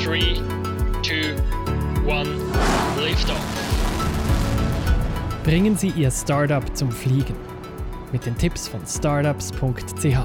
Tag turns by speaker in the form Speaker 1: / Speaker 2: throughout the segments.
Speaker 1: 3, 2, 1, Liftoff.
Speaker 2: Bringen Sie Ihr Startup zum Fliegen. Mit den Tipps von startups.ch.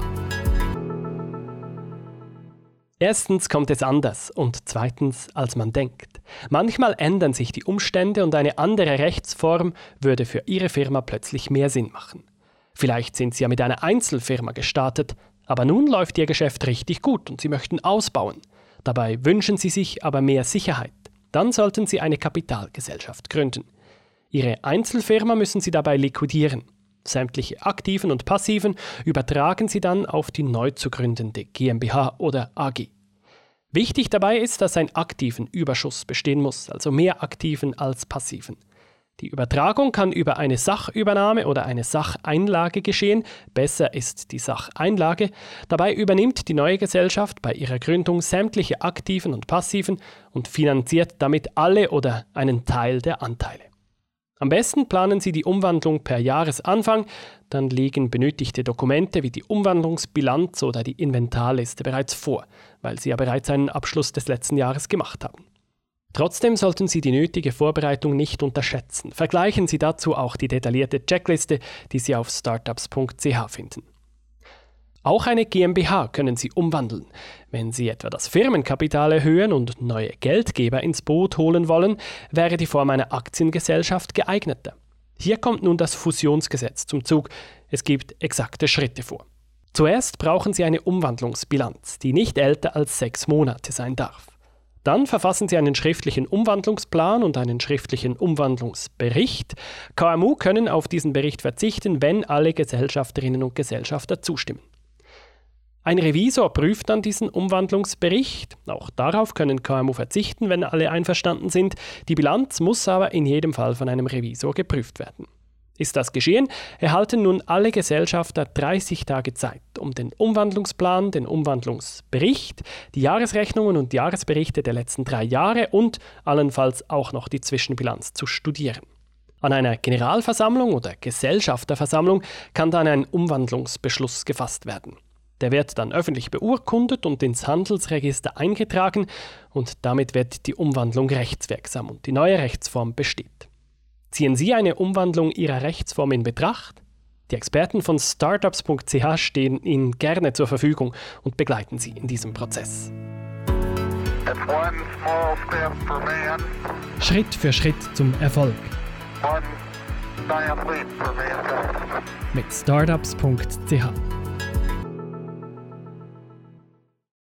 Speaker 2: Erstens kommt es anders und zweitens, als man denkt. Manchmal ändern sich die Umstände und eine andere Rechtsform würde für Ihre Firma plötzlich mehr Sinn machen. Vielleicht sind Sie ja mit einer Einzelfirma gestartet, aber nun läuft Ihr Geschäft richtig gut und Sie möchten ausbauen. Dabei wünschen Sie sich aber mehr Sicherheit. Dann sollten Sie eine Kapitalgesellschaft gründen. Ihre Einzelfirma müssen Sie dabei liquidieren. Sämtliche aktiven und passiven übertragen Sie dann auf die neu zu gründende GmbH oder AG. Wichtig dabei ist, dass ein aktiven Überschuss bestehen muss, also mehr aktiven als passiven. Die Übertragung kann über eine Sachübernahme oder eine Sacheinlage geschehen. Besser ist die Sacheinlage. Dabei übernimmt die neue Gesellschaft bei ihrer Gründung sämtliche aktiven und passiven und finanziert damit alle oder einen Teil der Anteile. Am besten planen Sie die Umwandlung per Jahresanfang, dann liegen benötigte Dokumente wie die Umwandlungsbilanz oder die Inventarliste bereits vor, weil Sie ja bereits einen Abschluss des letzten Jahres gemacht haben. Trotzdem sollten Sie die nötige Vorbereitung nicht unterschätzen. Vergleichen Sie dazu auch die detaillierte Checkliste, die Sie auf startups.ch finden. Auch eine GmbH können Sie umwandeln. Wenn Sie etwa das Firmenkapital erhöhen und neue Geldgeber ins Boot holen wollen, wäre die Form einer Aktiengesellschaft geeigneter. Hier kommt nun das Fusionsgesetz zum Zug. Es gibt exakte Schritte vor. Zuerst brauchen Sie eine Umwandlungsbilanz, die nicht älter als 6 Monate sein darf. Dann verfassen Sie einen schriftlichen Umwandlungsplan und einen schriftlichen Umwandlungsbericht. KMU können auf diesen Bericht verzichten, wenn alle Gesellschafterinnen und Gesellschafter zustimmen. Ein Revisor prüft dann diesen Umwandlungsbericht. Auch darauf können KMU verzichten, wenn alle einverstanden sind. Die Bilanz muss aber in jedem Fall von einem Revisor geprüft werden. Ist das geschehen, erhalten nun alle Gesellschafter 30 Tage Zeit, um den Umwandlungsplan, den Umwandlungsbericht, die Jahresrechnungen und Jahresberichte der letzten 3 Jahre und allenfalls auch noch die Zwischenbilanz zu studieren. An einer Generalversammlung oder Gesellschafterversammlung kann dann ein Umwandlungsbeschluss gefasst werden. Der wird dann öffentlich beurkundet und ins Handelsregister eingetragen und damit wird die Umwandlung rechtswirksam und die neue Rechtsform besteht. Ziehen Sie eine Umwandlung Ihrer Rechtsform in Betracht? Die Experten von startups.ch stehen Ihnen gerne zur Verfügung und begleiten Sie in diesem Prozess. Schritt für Schritt zum Erfolg. Mit startups.ch